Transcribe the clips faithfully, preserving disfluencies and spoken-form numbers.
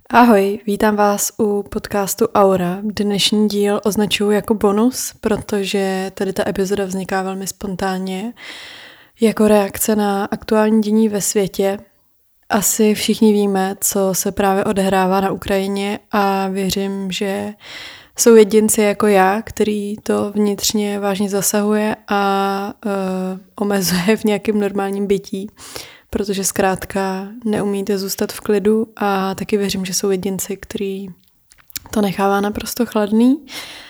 Ahoj, vítám vás u podcastu Aura. Dnešní díl označuji jako bonus, protože tady ta epizoda vzniká velmi spontánně jako reakce na aktuální dění ve světě. Asi všichni víme, co se právě odehrává na Ukrajině a věřím, že jsou jedinci jako já, který to vnitřně vážně zasahuje a uh, omezuje v nějakém normálním bytí, protože zkrátka neumíte zůstat v klidu a taky věřím, že jsou jedinci, který to nechává naprosto chladný.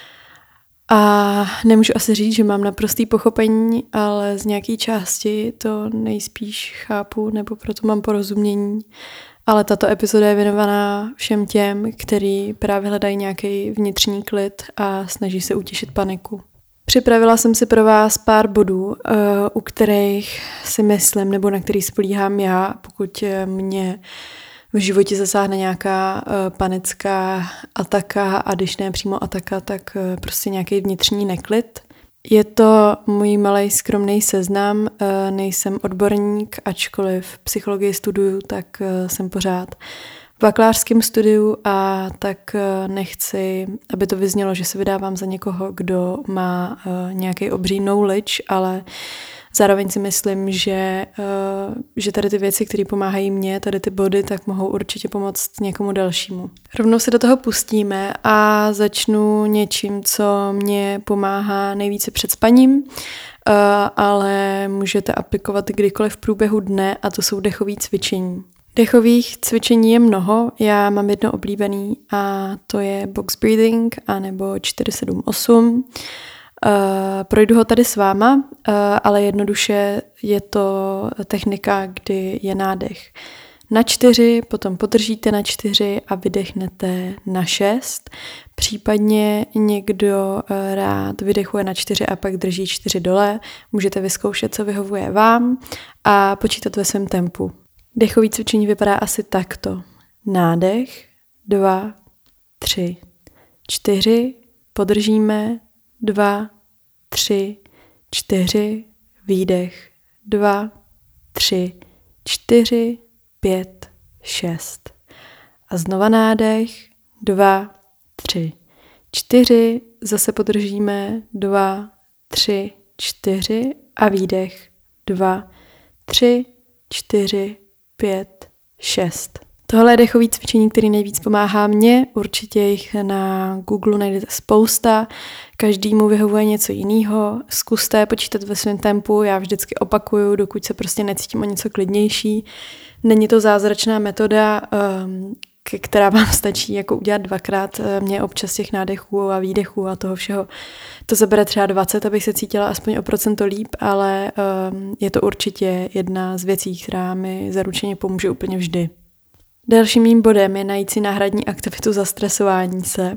A nemůžu asi říct, že mám naprostý pochopení, ale z nějaké části to nejspíš chápu, nebo proto mám porozumění. Ale tato epizoda je věnovaná všem těm, kteří právě hledají nějaký vnitřní klid a snaží se utěšit paniku. Připravila jsem si pro vás pár bodů, u kterých si myslím, nebo na který spolíhám já, pokud mě v životě zasáhne nějaká panická ataka a když ne přímo ataka, tak prostě nějaký vnitřní neklid. Je to můj malej skromný seznam, nejsem odborník, ačkoliv psychologii studuju, tak jsem pořád v bakalářském studiu a tak nechci, aby to vyznělo, že se vydávám za někoho, kdo má nějaký obří knowledge, ale zároveň si myslím, že, že tady ty věci, které pomáhají mně, tady ty body, tak mohou určitě pomoct někomu dalšímu. Rovnou se do toho pustíme a začnu něčím, co mě pomáhá nejvíce před spaním, ale můžete aplikovat kdykoliv v průběhu dne a to jsou dechové cvičení. Dechových cvičení je mnoho, já mám jedno oblíbený a to je box breathing anebo čtyři sedm osm. Uh, projdu ho tady s váma, uh, ale jednoduše je to technika, kdy je nádech na čtyři, potom podržíte na čtyři a vydechnete na šest. Případně někdo uh, rád vydechuje na čtyři a pak drží čtyři dole. Můžete vyzkoušet, co vyhovuje vám a počítat ve svém tempu. Dechové cvičení vypadá asi takto. Nádech, dva, tři, čtyři, podržíme, dva, tři, čtyři, výdech, dva, tři, čtyři, pět, šest. A znova nádech, dva, tři, čtyři, zase podržíme, dva, tři, čtyři a výdech, dva, tři, čtyři, pět, šest. Tohle je dechové cvičení, které nejvíc pomáhá mně, určitě jich na Google najdete spousta, každému vyhovuje něco jiného, zkuste počítat ve svém tempu, já vždycky opakuju, dokud se prostě necítím o něco klidnější. Není to zázračná metoda, která vám stačí jako udělat dvakrát, mě občas těch nádechů a výdechů a toho všeho. To zabere třeba dvacet, abych se cítila aspoň o procento líp, ale je to určitě jedna z věcí, která mi zaručeně pomůže úplně vždy. Dalším mým bodem je najít si náhradní aktivitu za stresování se.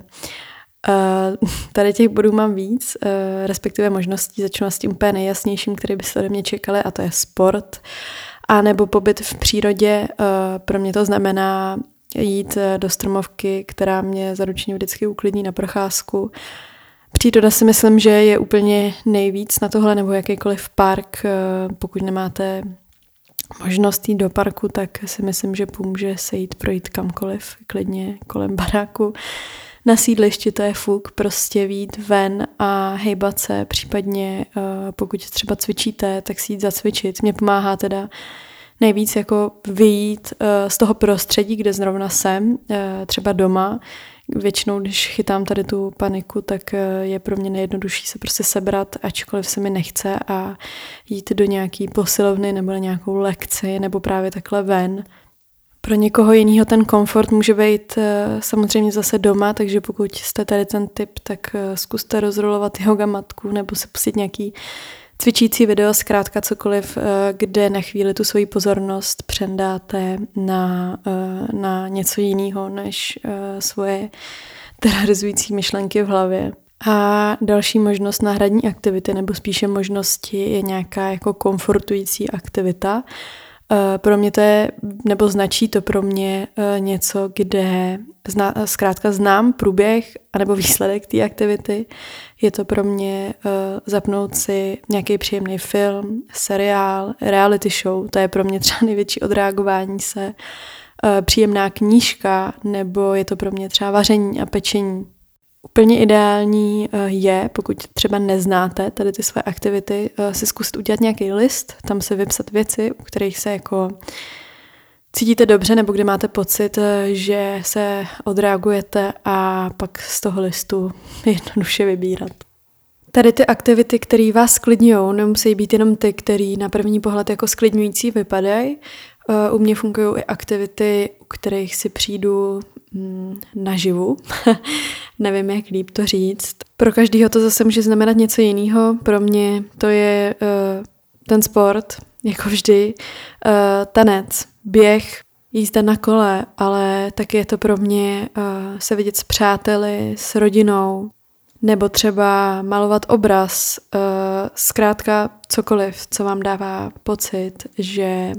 Uh, tady těch bodů mám víc, uh, respektive možností. Začnu s tím úplně nejjasnějším, který byste ode mě čekali, a to je sport. A nebo pobyt v přírodě. Uh, pro mě to znamená jít do stromovky, která mě zaručeně vždycky uklidní na procházku. Příroda si myslím, že je úplně nejvíc na tohle, nebo jakýkoliv park, uh, pokud nemáte možnost jít do parku, tak si myslím, že pomůže se jít projít kamkoliv, klidně kolem baráku. Na sídlišti to je fuk, prostě vyjít ven a hejbat se, případně pokud třeba cvičíte, tak si jít zacvičit. Mě pomáhá teda nejvíc jako vyjít z toho prostředí, kde zrovna jsem, třeba doma. Většinou, když chytám tady tu paniku, tak je pro mě nejjednodušší se prostě sebrat, ačkoliv se mi nechce, a jít do nějaký posilovny nebo na nějakou lekci nebo právě takhle ven. Pro někoho jiného ten komfort může být samozřejmě zase doma, takže pokud jste tady ten typ, tak zkuste rozrolovat yoga matku nebo se pustit nějaký cvičící video, zkrátka cokoliv, kde na chvíli tu svoji pozornost přendáte na, na něco jiného než svoje terorizující myšlenky v hlavě. A další možnost náhradní aktivity, nebo spíše možnosti, je nějaká jako komfortující aktivita. Pro mě to je, nebo značí to pro mě něco, kde zna, zkrátka znám průběh anebo výsledek té aktivity. Je to pro mě zapnout si nějaký příjemný film, seriál, reality show. To je pro mě třeba největší odreagování se. příjemná knížka, nebo je to pro mě třeba vaření a pečení. Úplně ideální je, pokud třeba neznáte tady ty své aktivity, si zkusit udělat nějaký list, tam si vypsat věci, u kterých se jako cítíte dobře, nebo kde máte pocit, že se odreagujete, a pak z toho listu jednoduše vybírat. Tady ty aktivity, které vás sklidňují, nemusí být jenom ty, které na první pohled jako sklidňující vypadají. U mě fungují i aktivity, u kterých si přijdu mm, naživu. Nevím, jak líp to říct. Pro každého to zase může znamenat něco jiného. Pro mě to je uh, ten sport, jako vždy, uh, tanec, běh, jízda na kole, ale taky je to pro mě uh, se vidět s přáteli, s rodinou, nebo třeba malovat obraz, uh, zkrátka cokoliv, co vám dává pocit, že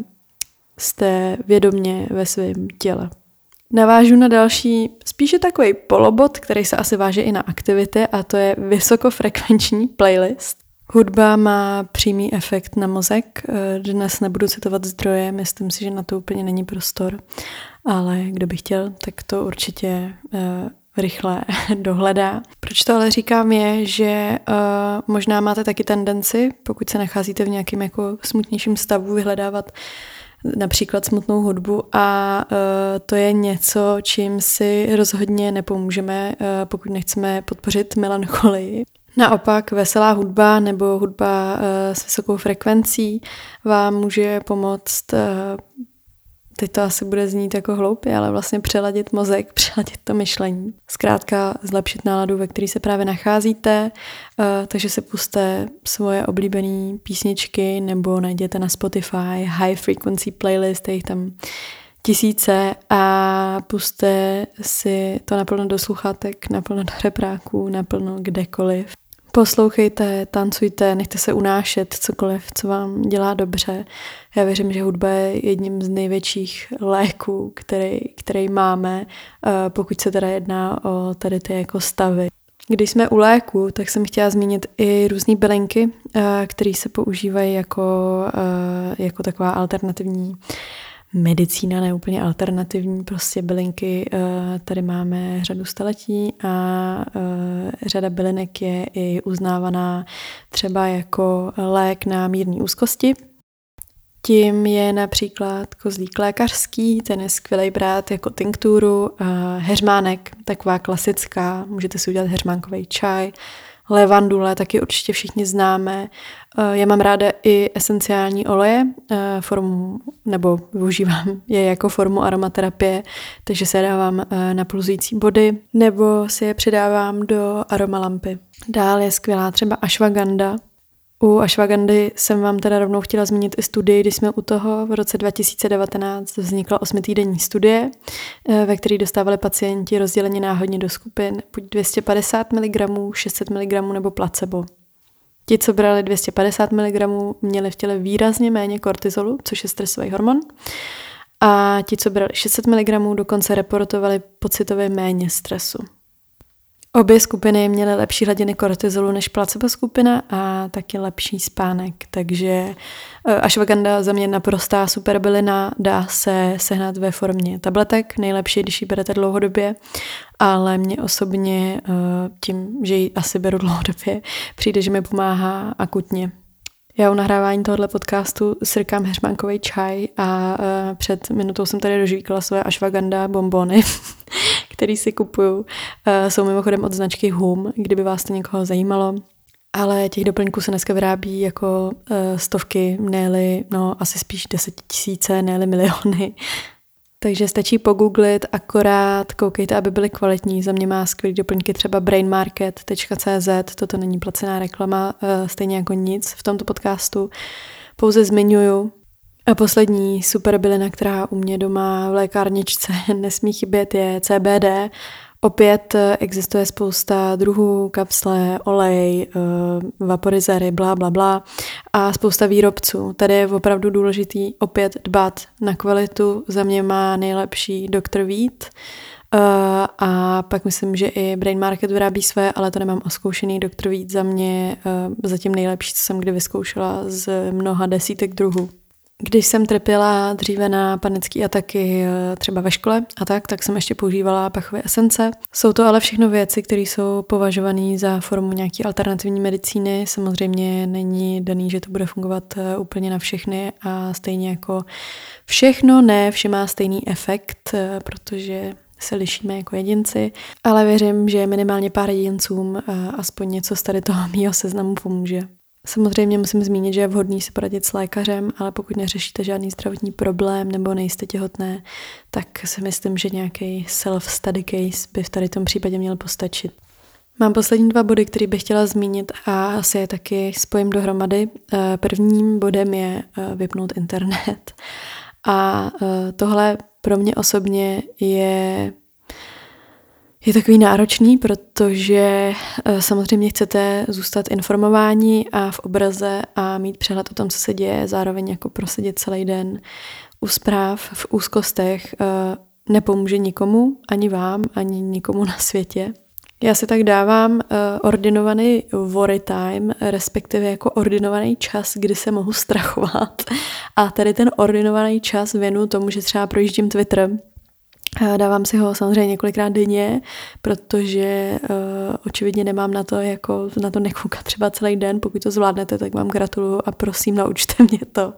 jste vědomě ve svém těle. Navážu na další, spíše takový polobod, který se asi váže i na aktivity, a to je vysokofrekvenční playlist. Hudba má přímý efekt na mozek. Dnes nebudu citovat zdroje, myslím si, že na to úplně není prostor, ale kdo by chtěl, tak to určitě uh, rychle dohledá. Proč to ale říkám je, že uh, možná máte taky tendenci, pokud se nacházíte v nějakém jako smutnějším stavu, vyhledávat například smutnou hudbu, a uh, to je něco, čím si rozhodně nepomůžeme, uh, pokud nechceme podpořit melancholii. Naopak veselá hudba nebo hudba uh, s vysokou frekvencí vám může pomoct, uh, teď to asi bude znít jako hloupě, ale vlastně přeladit mozek, přeladit to myšlení. Zkrátka zlepšit náladu, ve které se právě nacházíte, uh, takže se puste svoje oblíbené písničky nebo najděte na Spotify high frequency playlist, je jich tam tisíce, a puste si to naplno do sluchátek, naplno do repráků, naplno kdekoliv. Poslouchejte, tancujte, nechte se unášet, cokoliv, co vám dělá dobře. Já věřím, že hudba je jedním z největších léků, který, který máme, pokud se teda jedná o tady ty jako stavy. Když jsme u léku, tak jsem chtěla zmínit i různé bylinky, které se používají jako, jako taková alternativní medicína, ne úplně alternativní, prostě bylinky. Tady máme řadu staletí a řada bylinek je i uznávaná třeba jako lék na mírné úzkosti. Tím je například kozlík lékařský, ten je skvělej brát jako tinkturu, heřmánek, taková klasická, můžete si udělat heřmánkový čaj, levandule, taky určitě všichni známe. Já mám ráda i esenciální oleje, formu, nebo využívám je jako formu aromaterapie, takže se dávám na pulzující body, nebo si je přidávám do aromalampy. Dál je skvělá třeba ashwagandha. U ashwagandy jsem vám teda rovnou chtěla zmínit i studii, když jsme u toho. V roce dva tisíce devatenáct vznikla osmitýdenní studie, ve které dostávali pacienti rozděleně náhodně do skupin buď dvě stě padesát miligramů, šest set miligramů nebo placebo. Ti, co brali dvě stě padesát miligramů, měli v těle výrazně méně kortizolu, což je stresový hormon, a ti, co brali šest set miligramů, dokonce reportovali pocitově méně stresu. Obě skupiny měly lepší hladiny kortizolu než placebo skupina a taky lepší spánek, takže ashwagandha za mě naprostá superbylina, dá se sehnat ve formě tabletek, nejlepší, když ji berete dlouhodobě, ale mě osobně tím, že ji asi beru dlouhodobě, přijde, že mi pomáhá akutně. Já u nahrávání tohoto podcastu srkám heřmánkový čaj a uh, před minutou jsem tady dožvíkala svoje ashwagandha bonbony, který si kupuju. Uh, jsou mimochodem od značky Hum, kdyby vás to někoho zajímalo. Ale těch doplňků se dneska vyrábí jako uh, stovky, ne-li, no asi spíš desetitisíce, ne-li miliony. Takže stačí pogooglit, akorát koukejte, aby byly kvalitní. Za mě má skvělý doplňky třeba brain market tečka cé zet, toto není placená reklama, stejně jako nic v tomto podcastu. Pouze zmiňuju. A poslední super bylina, která u mě doma v lékárničce nesmí chybět, je cé bé dé. Opět existuje spousta druhů, kapsle, olej, vaporizery, blá, blá, blá a spousta výrobců. Tady je opravdu důležitý opět dbát na kvalitu. Za mě má nejlepší doktor Vít a pak myslím, že i Brain Market vyrábí své, ale to nemám oskoušený. doktor Vít za mě zatím nejlepší, co jsem kdy vyzkoušela z mnoha desítek druhů. Když jsem trpěla dříve na panické ataky třeba ve škole a tak, tak jsem ještě používala pachové esence. Jsou to ale všechno věci, které jsou považované za formu nějaké alternativní medicíny. Samozřejmě není daný, že to bude fungovat úplně na všechny a stejně jako všechno, ne vše má stejný efekt, protože se lišíme jako jedinci, ale věřím, že minimálně pár jedincům aspoň něco z tady toho mýho seznamu pomůže. Samozřejmě musím zmínit, že je vhodný si poradit s lékařem, ale pokud neřešíte žádný zdravotní problém nebo nejste těhotné, tak si myslím, že nějaký self-study case by v tady tom případě měl postačit. Mám poslední dva body, které bych chtěla zmínit a asi je taky spojím dohromady. Prvním bodem je vypnout internet. A tohle pro mě osobně je Je takový náročný, protože samozřejmě chcete zůstat informováni a v obraze a mít přehled o tom, co se děje, zároveň jako prosedět celý den u zpráv v úzkostech nepomůže nikomu, ani vám, ani nikomu na světě. Já si tak dávám ordinovaný worry time, respektive jako ordinovaný čas, kdy se mohu strachovat. A tady ten ordinovaný čas věnu tomu, že třeba projíždím Twitter. Dávám si ho samozřejmě několikrát denně, protože uh, očividně nemám na to, jako na to nekoukat třeba celý den. Pokud to zvládnete, tak vám gratuluju a prosím, naučte mě to.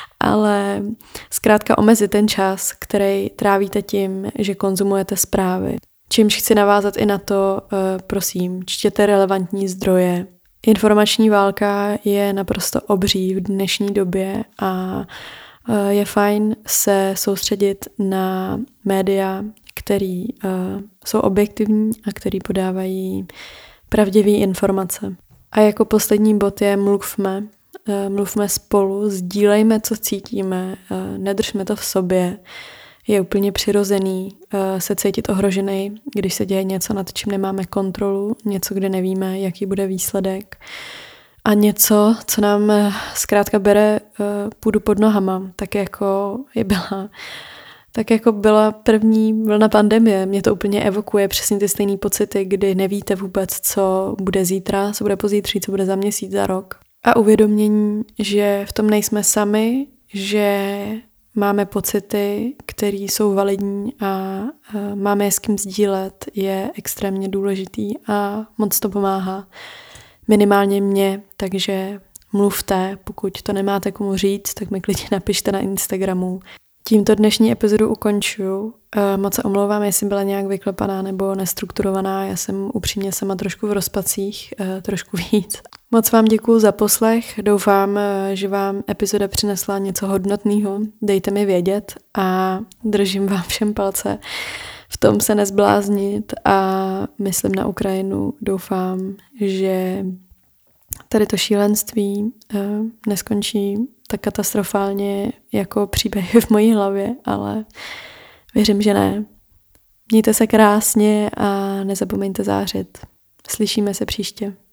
Ale zkrátka omezit ten čas, který trávíte tím, že konzumujete zprávy. Čímž chci navázat i na to, uh, prosím, čtěte relevantní zdroje. Informační válka je naprosto obří v dnešní době a je fajn se soustředit na média, které uh, jsou objektivní a které podávají pravdivé informace. A jako poslední bod je mluvme. Uh, mluvme spolu, sdílejme, co cítíme, uh, nedržme to v sobě. Je úplně přirozený uh, se cítit ohrožený, když se děje něco, nad čím nemáme kontrolu, něco, kde nevíme, jaký bude výsledek. A něco, co nám zkrátka bere uh, půdu pod nohama, tak jako je byla, tak jako byla první vlna pandemie. Mě to úplně evokuje přesně ty stejné pocity, kdy nevíte vůbec, co bude zítra, co bude pozítří, co bude za měsíc, za rok. A uvědomění, že v tom nejsme sami, že máme pocity, které jsou validní a uh, máme je s kým sdílet, je extrémně důležitý a moc to pomáhá. Minimálně mě, takže mluvte, pokud to nemáte komu říct, tak mi klidně napište na Instagramu. Tímto dnešní epizodu ukončuju. Moc se omlouvám, jestli byla nějak vyklepaná nebo nestrukturovaná. Já jsem upřímně sama trošku v rozpacích, trošku víc. Moc vám děkuju za poslech. Doufám, že vám epizoda přinesla něco hodnotného. Dejte mi vědět a držím vám všem palce. V tom se nezbláznit a myslím na Ukrajinu. Doufám, že tady to šílenství uh, neskončí tak katastrofálně jako příběhy v mojí hlavě, ale věřím, že ne. Mějte se krásně a nezapomeňte zářit. Slyšíme se příště.